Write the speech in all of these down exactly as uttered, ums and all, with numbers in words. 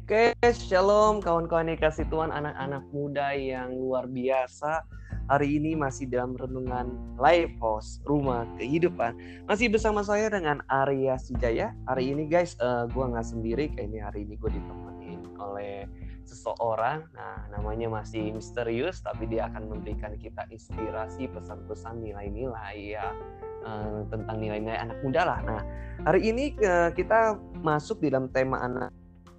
Oke, shalom kawan-kawan yang kasih Tuhan, anak-anak muda yang luar biasa. Hari ini masih dalam renungan Life House, Rumah Kehidupan. Masih bersama saya dengan Arya Sujaya. Hari ini guys, uh, gue gak sendiri. Kayak ini hari ini gue ditemenin oleh seseorang. Nah, namanya masih misterius, tapi dia akan memberikan kita inspirasi, pesan-pesan, nilai-nilai ya. Uh, tentang nilai-nilai anak muda lah. Nah, hari ini uh, kita masuk di dalam tema anak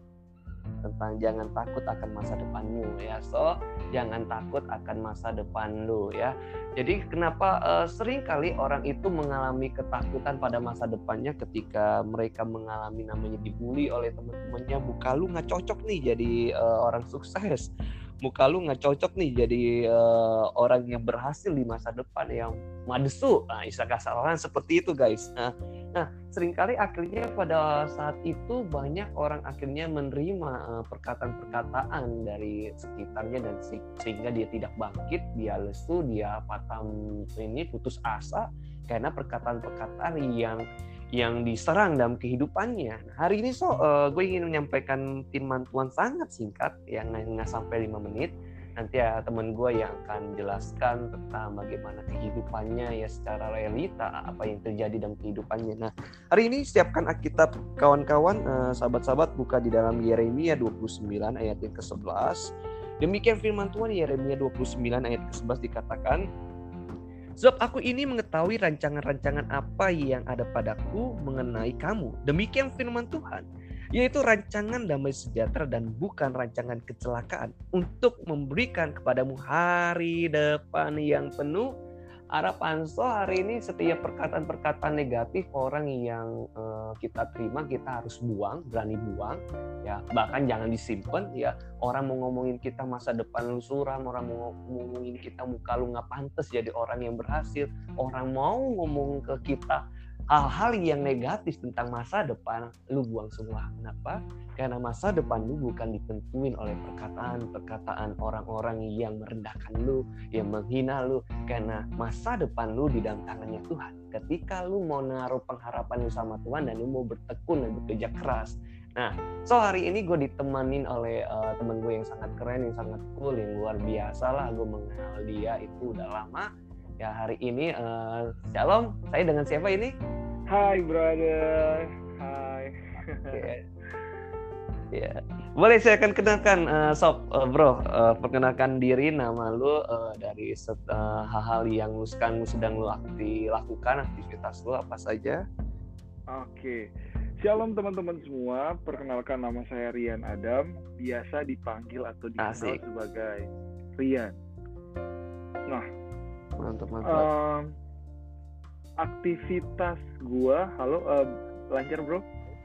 tentang jangan takut akan masa depanmu ya. So, jangan takut akan masa depan lu ya. Jadi kenapa uh, sering kali orang itu mengalami ketakutan pada masa depannya ketika mereka mengalami namanya dibully oleh teman-temannya, muka lu nggak cocok nih jadi uh, orang sukses. Muka lu nggak cocok nih jadi uh, orang yang berhasil di masa depan, yang madesu. Nah, istilah kasaran seperti itu guys. Nah, nah seringkali akhirnya pada saat itu banyak orang akhirnya menerima uh, perkataan-perkataan dari sekitarnya dan se- sehingga dia tidak bangkit, dia lesu, dia patah ini putus asa karena perkataan-perkataan yang yang diserang dalam kehidupannya. Nah, hari ini so uh, gue ingin menyampaikan firman Tuhan sangat singkat yang nggak sampai lima menit. Nanti ya teman gue yang akan jelaskan tentang bagaimana kehidupannya ya secara realita, apa yang terjadi dalam kehidupannya. Nah, hari ini siapkan Alkitab kawan-kawan, uh, sahabat-sahabat, buka di dalam Yeremia dua puluh sembilan ayat yang kesebelas. Demikian firman Tuhan, Yeremia dua puluh sembilan ayat kesebelas dikatakan, sebab aku ini mengetahui rancangan-rancangan apa yang ada padaku mengenai kamu. Demikian firman Tuhan, yaitu rancangan damai sejahtera dan bukan rancangan kecelakaan, untuk memberikan kepadamu hari depan yang penuh harapan. So hari ini setiap perkataan-perkataan negatif orang yang uh, kita terima kita harus buang, berani buang ya, bahkan jangan disimpan ya. Orang mau ngomongin kita masa depan lu suram, orang mau ngomongin kita muka lu nggak pantas jadi orang yang berhasil, orang mau ngomong ke kita hal-hal yang negatif tentang masa depan, lu buang semua. Kenapa? Karena masa depan lu bukan ditentuin oleh perkataan-perkataan orang-orang yang merendahkan lu, yang menghina lu. Karena masa depan lu di dalam tangannya Tuhan. Ketika lu mau naruh pengharapan lu sama Tuhan dan lu mau bertekun dan bekerja keras. Nah, so hari ini gue ditemanin oleh uh, teman gue yang sangat keren, yang sangat cool, yang luar biasa lah. Gue mengenal dia itu udah lama. Ya hari ini uh, shalom, saya dengan siapa ini? Hai brother, hai. Okay. Ya, boleh saya akan kenalkan uh, sob, uh, bro, uh, perkenalkan diri, nama lu, uh, dari set, uh, hal-hal yang lu sekarang sedang lu akti, lakukan, aktivitas lu apa saja? Oke, shalom teman-teman semua. Perkenalkan, nama saya Rian Adam, biasa dipanggil atau dikenal Asik. sebagai Rian. Nah, mantap mantap. Um, aktivitas gua, halo, uh, lancar bro?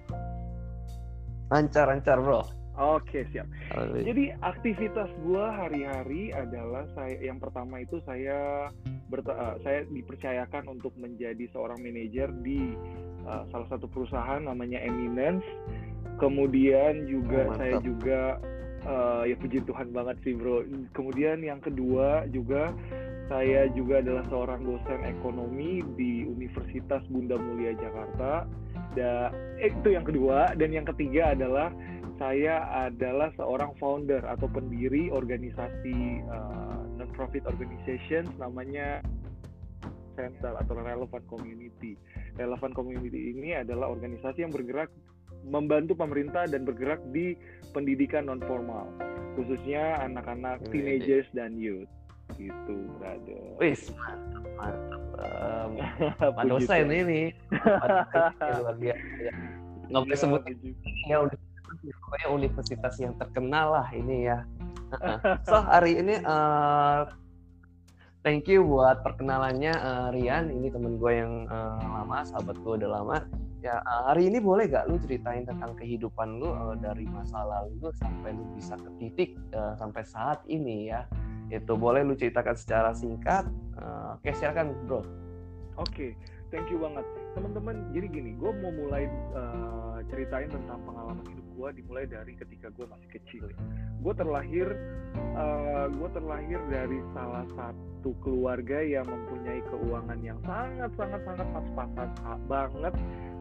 Lancar-lancar bro. Oke, siap. Halo. Jadi aktivitas gua hari-hari adalah saya, yang pertama itu saya berta- uh, saya dipercayakan untuk menjadi seorang manajer di uh, salah satu perusahaan namanya Eminence. Kemudian juga oh, saya juga uh, ya puji Tuhan banget sih bro. Kemudian yang kedua juga saya juga adalah seorang dosen ekonomi di Universitas Bunda Mulia Jakarta. Da, eh, itu yang kedua. Dan yang ketiga adalah saya adalah seorang founder atau pendiri organisasi uh, non-profit organization namanya Center atau Relevant Community. Relevant Community ini adalah organisasi yang bergerak membantu pemerintah dan bergerak di pendidikan non-formal, khususnya anak-anak teenagers dan youth. Gitu, brother. Wis, mantap, mantap. Um, Pak dosen ini, luar biasa. Nggak boleh sebut ya, pokoknya universitas yang terkenal lah ini ya. So hari ini uh, thank you buat perkenalannya uh, Rian. Ini temen gue yang uh, lama, sahabat gue udah lama. Ya uh, hari ini boleh gak lu ceritain tentang kehidupan lu uh, dari masa lalu lu sampai lu bisa ke titik uh, sampai saat ini ya. Itu boleh lu ceritakan secara singkat. Uh, Oke, silakan bro. Oke, thank you banget teman-teman. Jadi gini, gue mau mulai uh, ceritain tentang pengalaman hidup gue dimulai dari ketika gue masih kecil. Ya. Gue terlahir, uh, gue terlahir dari salah satu keluarga yang mempunyai keuangan yang sangat sangat sangat pas-pasan banget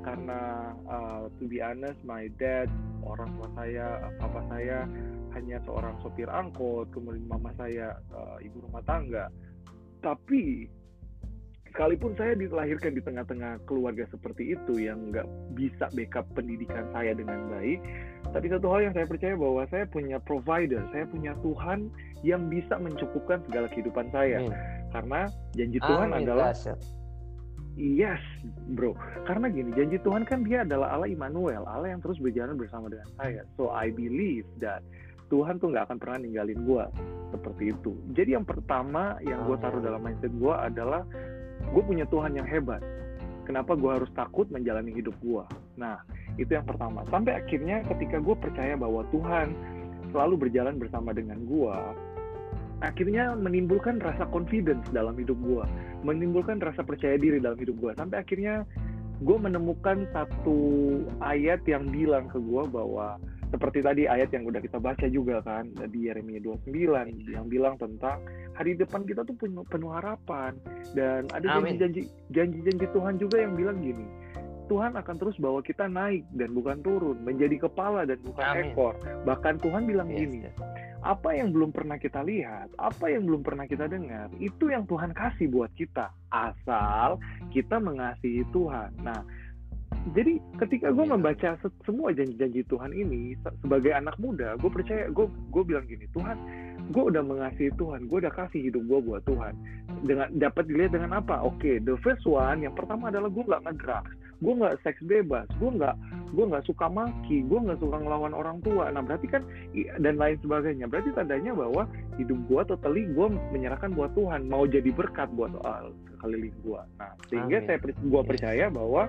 karena uh, to be honest, my dad, orang tua saya, papa saya hanya seorang sopir angkot, kemudian mama saya uh, ibu rumah tangga. Tapi sekalipun saya dilahirkan di tengah-tengah keluarga seperti itu yang nggak bisa backup pendidikan saya dengan baik, tapi satu hal yang saya percaya bahwa saya punya provider, saya punya Tuhan yang bisa mencukupkan segala kehidupan saya. Hmm. Karena janji Tuhan Amin. adalah yes, bro. Karena gini, janji Tuhan kan dia adalah Allah Immanuel, Allah yang terus berjalan bersama dengan saya. So I believe that Tuhan tuh nggak akan pernah ninggalin gue seperti itu. Jadi yang pertama yang gue taruh dalam mindset gue adalah gue punya Tuhan yang hebat. Kenapa gue harus takut menjalani hidup gue? Nah, itu yang pertama. Sampai akhirnya ketika gue percaya bahwa Tuhan selalu berjalan bersama dengan gue, akhirnya menimbulkan rasa confidence dalam hidup gue, menimbulkan rasa percaya diri dalam hidup gue. Sampai akhirnya gue menemukan satu ayat yang bilang ke gue bahwa seperti tadi ayat yang udah kita baca juga kan di Yeremia dua puluh sembilan yang bilang tentang hari depan kita tuh penuh, penuh harapan, dan ada janji-janji janji-janji Tuhan juga yang bilang gini, Tuhan akan terus bawa kita naik dan bukan turun, menjadi kepala dan bukan Amin. ekor. Bahkan Tuhan bilang yes, gini, yes. apa yang belum pernah kita lihat, apa yang belum pernah kita dengar, itu yang Tuhan kasih buat kita, asal kita mengasihi Tuhan. Nah, jadi ketika gue membaca semua janji-janji Tuhan ini sebagai anak muda, gue percaya, gue gue bilang gini, Tuhan, gue udah mengasihi Tuhan, gue udah kasih hidup gue buat Tuhan. Dengan dapat dilihat dengan apa? Oke, okay, the first one, yang pertama adalah gue nggak ngedrugs, gue nggak seks bebas, gue nggak gue nggak suka maki, gue nggak suka ngelawan orang tua. Nah berarti kan dan lain sebagainya. Berarti tandanya bahwa hidup gue totally gue menyerahkan buat Tuhan, mau jadi berkat buat uh, sekeliling gue. Nah sehingga Amin. saya gue percaya bahwa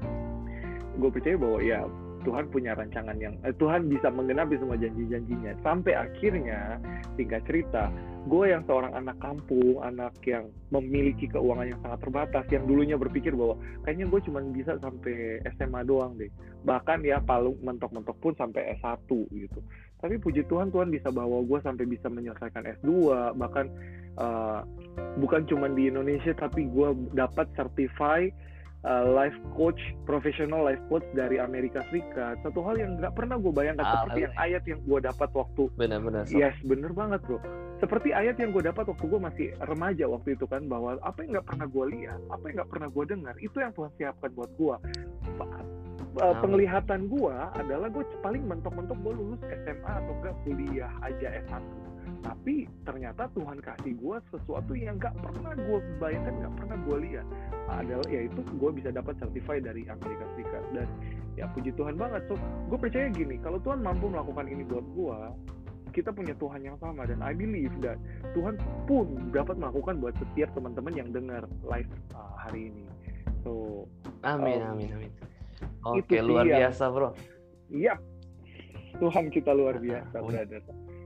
gue percaya bahwa ya Tuhan punya rancangan yang eh, Tuhan bisa menggenapi semua janji-janjinya. Sampai akhirnya, singkat cerita, gue yang seorang anak kampung, anak yang memiliki keuangan yang sangat terbatas, yang dulunya berpikir bahwa kayaknya gue cuma bisa sampai S M A doang deh, bahkan ya paling mentok-mentok pun sampai S satu gitu. Tapi puji Tuhan, Tuhan bisa bawa gue sampai bisa menyelesaikan S dua, bahkan uh, bukan cuma di Indonesia, tapi gue dapat certify Uh, life coach, professional life coach dari Amerika Serikat. Satu hal yang nggak pernah gue bayangkan, ah, seperti yang ayat yang gue dapat waktu benar-benar so. yes, bener banget bro, seperti ayat yang gue dapat waktu gue masih remaja waktu itu kan, bahwa apa yang nggak pernah gue lihat, apa yang nggak pernah gue dengar, itu yang Tuhan siapkan buat gue. Uh, penglihatan gue adalah gue paling mentok-mentok gue lulus S M A atau enggak kuliah aja S satu. Tapi ternyata Tuhan kasih gue sesuatu yang gak pernah gue bayangkan, gak pernah gue lihat, adalah yaitu gue bisa dapat certify dari Amerika Serikat. Dan ya puji Tuhan banget. So gue percaya gini, kalau Tuhan mampu melakukan ini buat gue, kita punya Tuhan yang sama. Dan I believe that Tuhan pun dapat melakukan buat setiap teman-teman yang dengar live uh, hari ini. So amin um, amin amin. Oke, luar yang, biasa bro. Iya, Tuhan kita luar biasa, brother.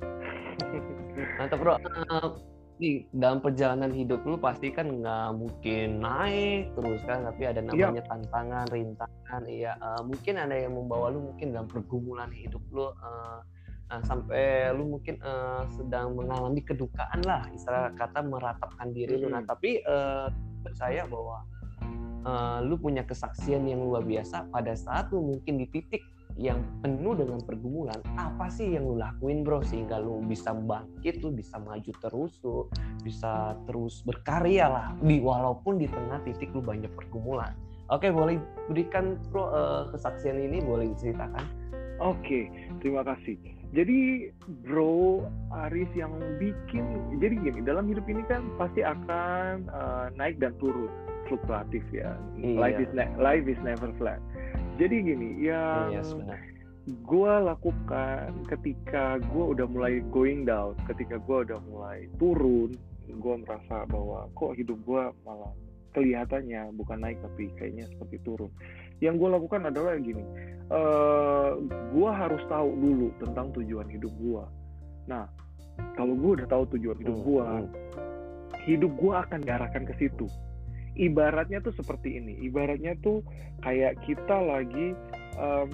Mantap bro. Uh, di dalam perjalanan hidup lu pasti kan nggak mungkin naik terus kan, tapi ada namanya yeah. tantangan, rintangan. Iya, uh, mungkin ada yang membawa lu mungkin dalam pergumulan hidup lu uh, uh, sampai lu mungkin uh, sedang mengalami kedukaan lah, istilah kata meratapkan diri mm-hmm. lu. Nah tapi uh, percaya bahwa uh, lu punya kesaksian yang luar biasa pada saat lu mungkin di titik yang penuh dengan pergumulan. Apa sih yang lu lakuin bro sehingga lu bisa bangkit, lu bisa maju terus, lu bisa terus berkarya lah di walaupun di tengah titik lu banyak pergumulan. Oke, boleh berikan bro uh, kesaksian ini, boleh diceritakan? Oke, terima kasih. Jadi bro Aris yang bikin, jadi gini, dalam hidup ini kan pasti akan uh, naik dan turun, fluktuatif ya. Iya. Life is ne- life is never flat. Jadi gini, yang yes, gue lakukan ketika gue udah mulai going down, ketika gue udah mulai turun, gue merasa bahwa kok hidup gue malah kelihatannya bukan naik tapi kayaknya seperti turun. Yang gue lakukan adalah gini, uh, gue harus tahu dulu tentang tujuan hidup gue. Nah, kalau gue udah tahu tujuan hidup gue, hmm. hidup gue akan diarahkan ke situ. Ibaratnya tuh seperti ini, ibaratnya tuh kayak kita lagi um,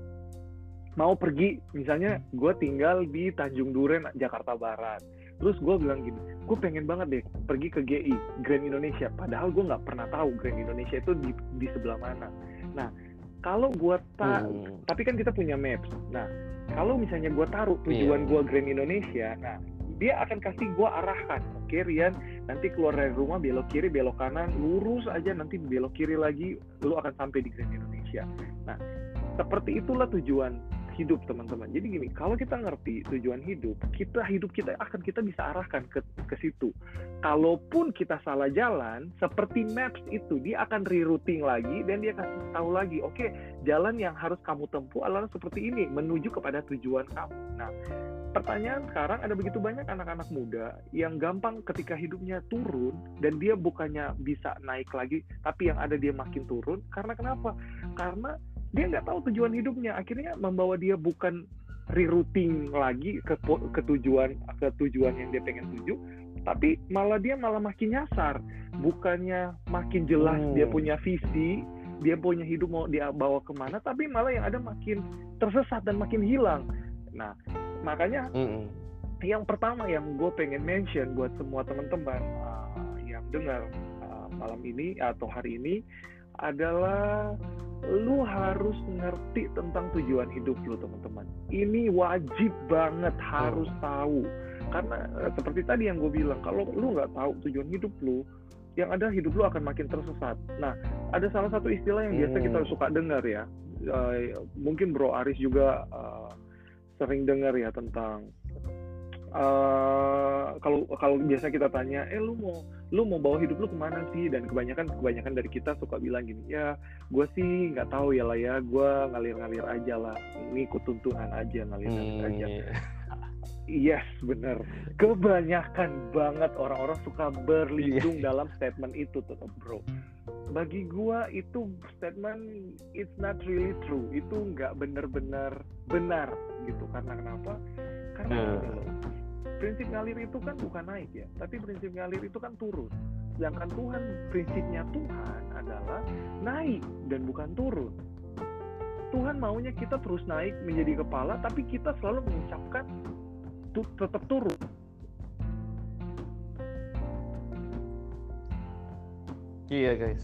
mau pergi, misalnya gue tinggal di Tanjung Duren, Jakarta Barat, terus gue bilang gini, gue pengen banget deh pergi ke G I, Grand Indonesia, padahal gue nggak pernah tahu Grand Indonesia itu di, di sebelah mana. Nah, kalau gue tak, Hmm. tapi kan kita punya maps. Nah, kalau misalnya gue taruh tujuan Iya. gue Grand Indonesia, nah dia akan kasih gue arahkan. Oke Rian, nanti keluar dari rumah belok kiri, belok kanan, lurus aja, nanti belok kiri lagi, lu akan sampai di Grand Indonesia. Nah, seperti itulah tujuan hidup teman-teman. Jadi gini, kalau kita ngerti tujuan hidup, kita hidup kita akan kita bisa arahkan ke ke situ. Kalaupun kita salah jalan, seperti maps itu, dia akan rerouting lagi dan dia kasih tahu lagi, oke, okay, jalan yang harus kamu tempuh adalah seperti ini, menuju kepada tujuan kamu. Nah, pertanyaan sekarang, ada begitu banyak anak-anak muda yang gampang ketika hidupnya turun dan dia bukannya bisa naik lagi, tapi yang ada dia makin turun. Karena kenapa? Karena dia nggak tahu tujuan hidupnya, akhirnya membawa dia bukan rerouting lagi ke, ke tujuan ke tujuan yang dia pengen tuju, tapi malah dia malah makin nyasar. Bukannya makin jelas hmm. dia punya visi, dia punya hidup mau dia bawa kemana, tapi malah yang ada makin tersesat dan makin hilang. Nah, makanya hmm. yang pertama yang gue pengen mention buat semua teman-teman uh, yang dengar uh, malam ini atau hari ini adalah lu harus ngerti tentang tujuan hidup lu, teman-teman. Ini wajib banget harus oh. tahu. Karena seperti tadi yang gue bilang, kalau lu nggak tahu tujuan hidup lu, yang ada hidup lu akan makin tersesat. Nah, ada salah satu istilah yang biasa kita suka dengar ya. Uh, mungkin Bro Aris juga uh, sering dengar ya tentang Uh, kalau kalau biasa kita tanya, eh lu mau lu mau bawa hidup lu kemana sih? Dan kebanyakan kebanyakan dari kita suka bilang gini, ya gue sih nggak tahu ya lah ya, gue ngalir-ngalir aja lah, ngikut tuntunan aja, ngalir-ngalir hmm. aja. Yes, bener. Kebanyakan banget orang-orang suka berlindung yeah. dalam statement itu, tetap bro. Bagi gue itu statement it's not really true. Itu nggak bener-bener benar gitu. Karena kenapa? Karena uh. prinsip ngalir itu kan bukan naik ya, tapi prinsip ngalir itu kan turun. Sedangkan Tuhan, prinsipnya Tuhan adalah naik dan bukan turun. Tuhan maunya kita terus naik menjadi kepala, tapi kita selalu mengucapkan tu- tetap turun. Iya guys.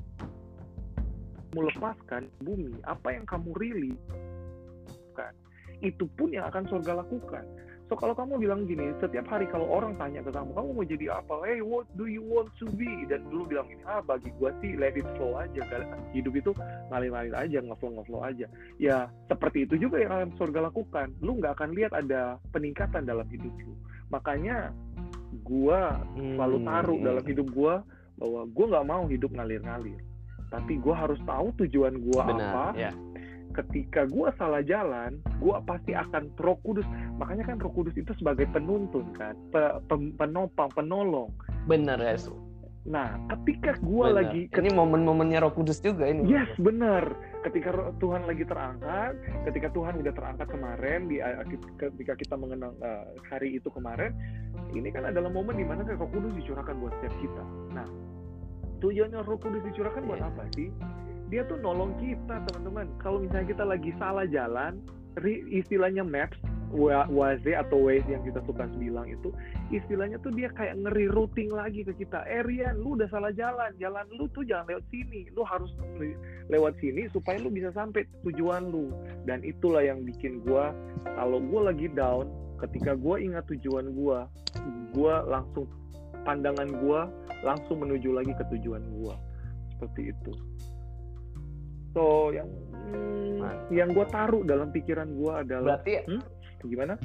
Melepaskan bumi, apa yang kamu really kan, itu pun yang akan surga lakukan. So kalau kamu bilang gini, setiap hari kalau orang tanya ke kamu, kamu mau jadi apa? Hey, what do you want to be? Dan dulu bilang gini, ah bagi gua sih let it flow aja. Hidup itu ngalir-ngalir aja, nge-flow-nge-flow aja. Ya seperti itu juga yang akan surga lakukan. Lu nggak akan lihat ada peningkatan dalam hidup lu. Makanya gua selalu taruh hmm. dalam hidup gua bahwa gua nggak mau hidup ngalir-ngalir. Tapi gua harus tahu tujuan gua Benar, apa. Ya. Ketika gue salah jalan, gue pasti akan Roh Kudus. Makanya kan Roh Kudus itu sebagai penuntun kan, Pe, pen, penopang, penolong. Benar ya, Su. Nah, ketika gue lagi ini momen-momennya Roh Kudus juga ini. Yes, benar. Ketika Tuhan lagi terangkat, ketika Tuhan udah terangkat kemarin, di ketika kita mengenang uh, hari itu kemarin, ini kan adalah momen di mana Roh Kudus dicurahkan buat setiap kita. Nah, tujuannya Roh Kudus dicurahkan buat yeah. apa sih? Dia tuh nolong kita, teman-teman. Kalau misalnya kita lagi salah jalan, istilahnya maps, W A Z atau Waze yang kita suka bilang itu, istilahnya tuh dia kayak ngeri-routing lagi ke kita. Eh Rian, lu udah salah jalan. Jalan lu tuh jangan lewat sini. Lu harus lewat sini supaya lu bisa sampai tujuan lu. Dan itulah yang bikin gua, kalau gua lagi down, ketika gua ingat tujuan gua, gua langsung, pandangan gua langsung menuju lagi ke tujuan gua. Seperti itu. So yang hmm, nah. yang gue taruh dalam pikiran gue adalah berarti hmm? gimana?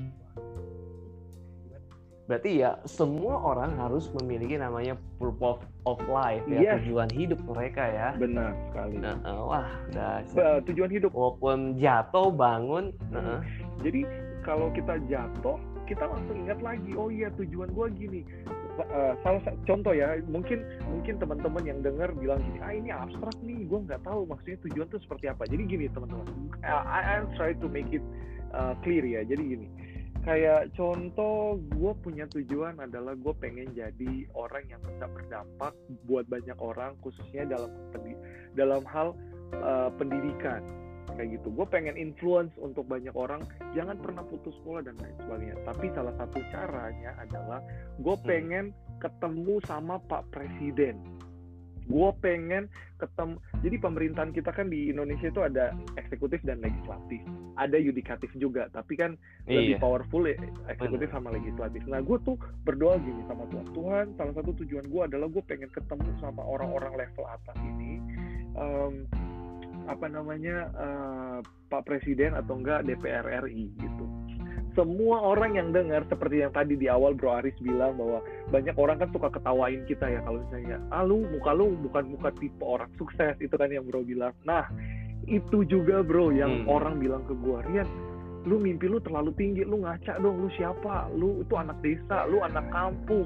Berarti ya semua orang harus memiliki namanya purpose of life ya, yes. tujuan hidup mereka ya. Benar sekali. Nah, uh, wah, dah. Uh, tujuan hidup. Walaupun jatuh bangun. Hmm. Uh. Jadi kalau kita jatuh, kita langsung ingat lagi. Oh iya tujuan gue gini. Uh, salah contoh ya, mungkin mungkin teman-teman yang dengar bilang gini, ah ini abstrak nih, gue nggak tahu maksudnya tujuan itu seperti apa. Jadi gini teman-teman, I, I'll try to make it uh, clear ya. Jadi gini, kayak contoh gue punya tujuan adalah gue pengen jadi orang yang bisa berdampak buat banyak orang, khususnya dalam dalam hal uh, pendidikan. Kayak gitu, gue pengen influence untuk banyak orang, jangan pernah putus sekolah dan lain sebagainya. Tapi salah satu caranya adalah gue pengen ketemu sama Pak Presiden Gue pengen ketemu. Jadi pemerintahan kita kan di Indonesia itu ada eksekutif dan legislatif, ada yudikatif juga, tapi kan lebih Iya. powerful ya, eksekutif sama legislatif. Nah gue tuh berdoa gini sama Tuhan, Tuhan salah satu tujuan gue adalah gue pengen ketemu sama orang-orang level atas ini, um, apa namanya uh, Pak Presiden atau enggak D P R R I gitu. Semua orang yang dengar, seperti yang tadi di awal Bro Aris bilang bahwa banyak orang kan suka ketawain kita ya kalau misalnya, ah lu muka lu bukan muka tipe orang sukses, itu kan yang Bro bilang. Nah itu juga Bro yang hmm. orang bilang ke gue, Rian lu mimpi lu terlalu tinggi, lu ngaca dong, lu siapa, lu itu anak desa, lu anak kampung,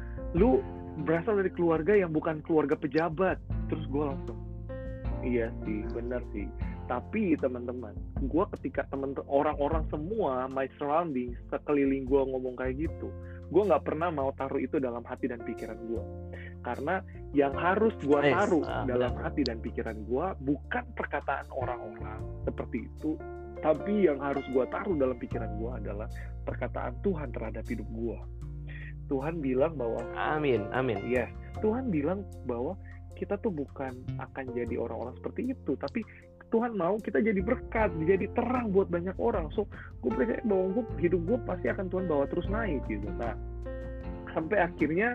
lu berasal dari keluarga yang bukan keluarga pejabat. Terus gue langsung, iya sih, benar sih. Tapi teman-teman, gue ketika temen orang-orang semua, my surroundings, sekeliling gue ngomong kayak gitu, gue nggak pernah mau taruh itu dalam hati dan pikiran gue. Karena yang harus gue taruh ah, dalam benar. hati dan pikiran gue bukan perkataan orang-orang seperti itu, tapi yang harus gue taruh dalam pikiran gue adalah perkataan Tuhan terhadap hidup gue. Tuhan bilang bahwa, amin, amin. Yes, Tuhan bilang bahwa kita tuh bukan akan jadi orang-orang seperti itu, tapi Tuhan mau kita jadi berkat, jadi terang buat banyak orang. So, gue percaya bahwa gue, hidup gue pasti akan Tuhan bawa terus naik gitu. Nah, sampai akhirnya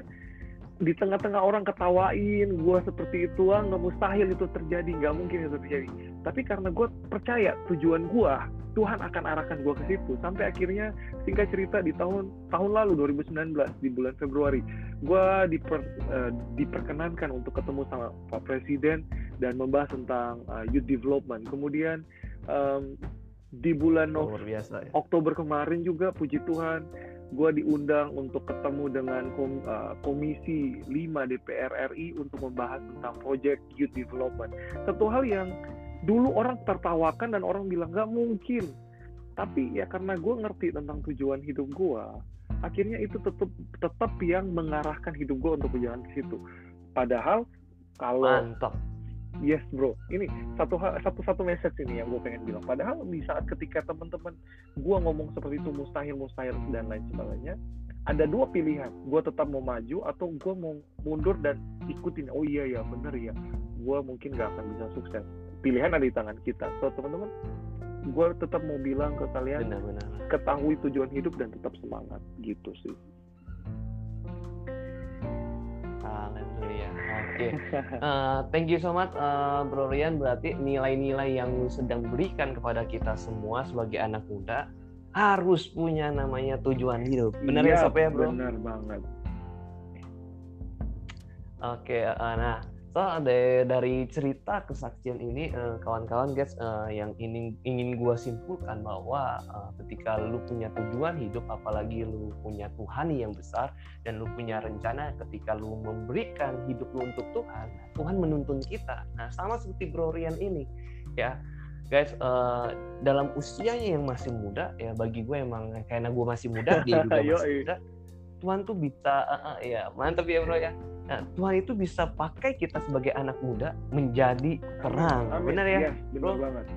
di tengah-tengah orang ketawain gue seperti itu, ah nggak mustahil itu terjadi, nggak mungkin itu terjadi. Tapi karena gue percaya tujuan gue, Tuhan akan arahkan gue ke situ. Sampai akhirnya, singkat cerita, di tahun tahun lalu dua ribu sembilan belas di bulan Februari, gue diper, uh, diperkenankan untuk ketemu sama Pak Presiden dan membahas tentang uh, youth development. Kemudian um, di bulan oh, biasa, ya. Oktober kemarin juga, puji Tuhan, gue diundang untuk ketemu dengan kom, uh, Komisi lima D P R R I untuk membahas tentang project youth development. Satu hal yang dulu orang tertawakan dan orang bilang gak mungkin, tapi ya karena gue ngerti tentang tujuan hidup gue, akhirnya itu tetap tetap yang mengarahkan hidup gue untuk berjalan ke situ. Padahal kalau mantap. Yes bro, ini satu satu satu message ini yang gue pengen bilang. Padahal di saat ketika teman-teman gue ngomong seperti itu, mustahil mustahil dan lain sebagainya, ada dua pilihan. Gue tetap mau maju atau gue mau mundur dan ikutin. Oh iya ya bener ya, gue mungkin gak akan bisa sukses. Pilihan ada di tangan kita. So teman-teman, gue tetap mau bilang ke kalian, benar-benar ketahui tujuan hidup dan tetap semangat gitu sih. Haleluya. Oke. Okay. Uh, thank you so much, uh, Bro Rian. Berarti nilai-nilai yang lu sedang berikan kepada kita semua sebagai anak muda harus punya namanya tujuan hidup. Benar ya, Sob ya, Bro? Benar banget. Oke. Okay, uh, nah. So, dari, dari cerita kesaksian ini, uh, kawan-kawan guys, uh, yang ingin ingin gue simpulkan bahwa uh, ketika lu punya tujuan hidup, apalagi lu punya Tuhan yang besar dan lu punya rencana, ketika lu memberikan hidup lu untuk Tuhan, Tuhan menuntun kita. Nah, sama seperti Bro Rian ini, ya guys, uh, dalam usianya yang masih muda, ya bagi gue emang karena gue masih muda, dia juga masih muda, Tuhan tuh bisa, uh, uh, ya mantap ya Bro ya. Nah, Tuhan itu bisa pakai kita sebagai anak muda menjadi terang. Amin. Benar ya, yes, benar Bro? Banget.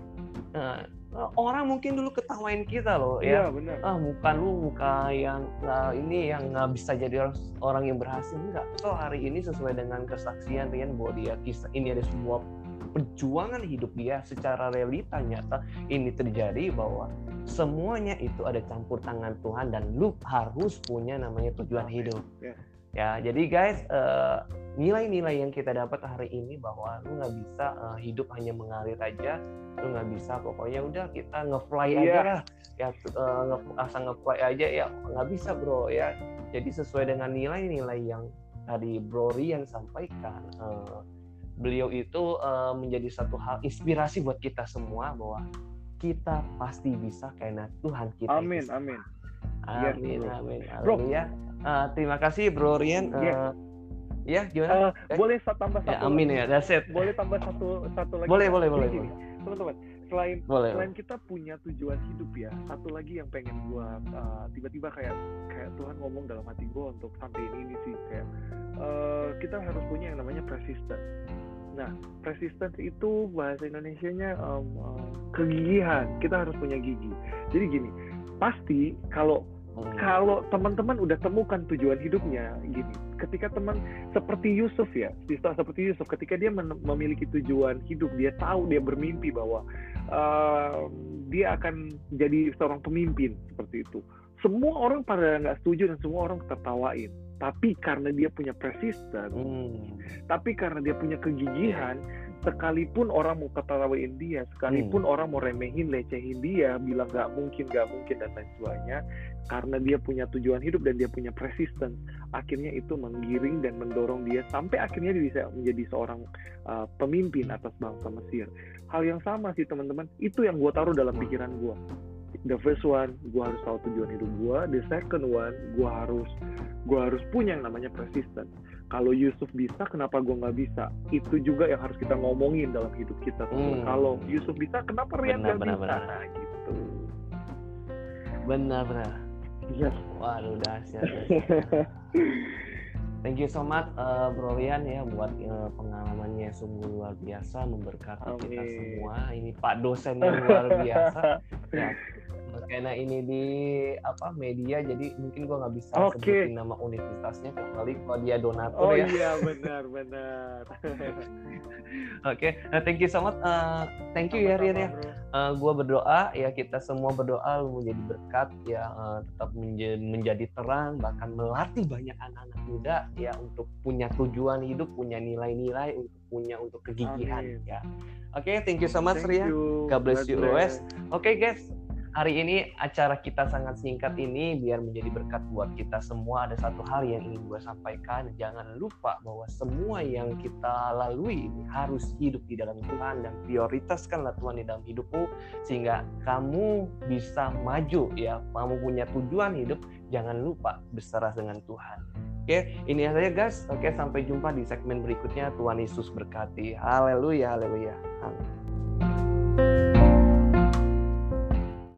Nah, orang mungkin dulu ketawain kita loh, iya, ya. Benar. Ah, muka lu muka yang nah, ini yang nggak bisa jadi orang yang berhasil, enggak. So hari ini sesuai dengan kesaksian Rian bahwa dia kisah ini ada sebuah perjuangan hidup dia secara realita nyata ini terjadi bahwa semuanya itu ada campur tangan Tuhan dan lu harus punya namanya tujuan hidup. Yeah. Ya, jadi guys, uh, nilai-nilai yang kita dapat hari ini bahwa lu nggak bisa uh, hidup hanya mengalir aja, lu nggak bisa pokoknya udah kita nge-fly yeah. aja lah, ya uh, nge asal nge-fly aja ya nggak bisa bro ya. Jadi sesuai dengan nilai-nilai yang tadi Bro Rian sampaikan, uh, beliau itu uh, menjadi satu hal inspirasi buat kita semua bahwa kita pasti bisa karena Tuhan kita. Amin, itu. amin. Amin, yes, amin, amin. Bro. Ya. Uh, terima kasih Bro Rian. Uh, yeah. Ya, gimana? Uh, eh? Boleh tambah satu. Ya, amin ya, that's it. Boleh tambah satu satu lagi. Boleh, boleh, boleh, boleh. Teman-teman, selain boleh, selain boleh. kita punya tujuan hidup ya, satu lagi yang pengen gua uh, tiba-tiba kayak kayak Tuhan ngomong dalam hati gua untuk sampai ini sih kayak uh, kita harus punya yang namanya persistence. Nah, persistence itu bahasa Indonesianya um, um, kegigihan. Kita harus punya gigi. Jadi gini, pasti kalau Hmm. kalau teman-teman udah temukan tujuan hidupnya, gini, ketika teman seperti Yusuf ya, seperti Yusuf ketika dia memiliki tujuan hidup, dia tahu, dia bermimpi bahwa uh, dia akan jadi seorang pemimpin seperti itu. Semua orang pada nggak setuju dan semua orang tertawain. Tapi karena dia punya persisten, hmm. tapi karena dia punya kegigihan, sekalipun orang mau ketawain dia, sekalipun hmm. orang mau remehin, lecehin dia, bilang nggak mungkin, nggak mungkin dan lain sebagainya, karena dia punya tujuan hidup dan dia punya persisten, akhirnya itu menggiring dan mendorong dia sampai akhirnya dia bisa menjadi seorang uh, pemimpin atas bangsa Mesir. Hal yang sama sih teman-teman, itu yang gue taruh dalam pikiran gue. The first one, gue harus tahu tujuan hidup gue. The second one, gue harus gue harus punya yang namanya persisten. Kalau Yusuf bisa, kenapa gue nggak bisa? Itu juga yang harus kita ngomongin dalam hidup kita. Hmm. Kalau Yusuf bisa, kenapa Rian nggak bisa? Benar. Nah, gitu. Benar-benar. Yes. Waduh, dahsyat. Thank you so much, uh, Bro Rian ya, buat uh, pengalamannya sungguh luar biasa, memberkati Amin. Kita semua. Ini Pak dosen yang luar biasa. Ya, karena ini di apa media, jadi mungkin gue nggak bisa okay. sebutin nama universitasnya kecuali kalau dia donatur oh, ya. Oh iya benar-benar. Oke, okay. Nah, thank you so much. Uh, thank you Sama-sama, ya Rian ya. Uh, gue berdoa ya, kita semua berdoa lu menjadi berkat ya, uh, tetap menjadi, menjadi terang, bahkan melatih banyak anak-anak muda ya untuk punya tujuan hidup, punya nilai-nilai, untuk punya untuk kegigihan Amin. Ya. Oke, okay, thank you so much Rian. God bless you always. Oke okay, guys. Hari ini acara kita sangat singkat ini biar menjadi berkat buat kita semua. Ada satu hal yang ingin gue sampaikan, jangan lupa bahwa semua yang kita lalui ini harus hidup di dalam Tuhan dan prioritaskanlah Tuhan di dalam hidupmu sehingga kamu bisa maju ya. Kamu punya tujuan hidup, jangan lupa berserah dengan Tuhan. Oke, ini saja guys. Oke, sampai jumpa di segmen berikutnya. Tuhan Yesus berkati. Haleluya, haleluya. Amin.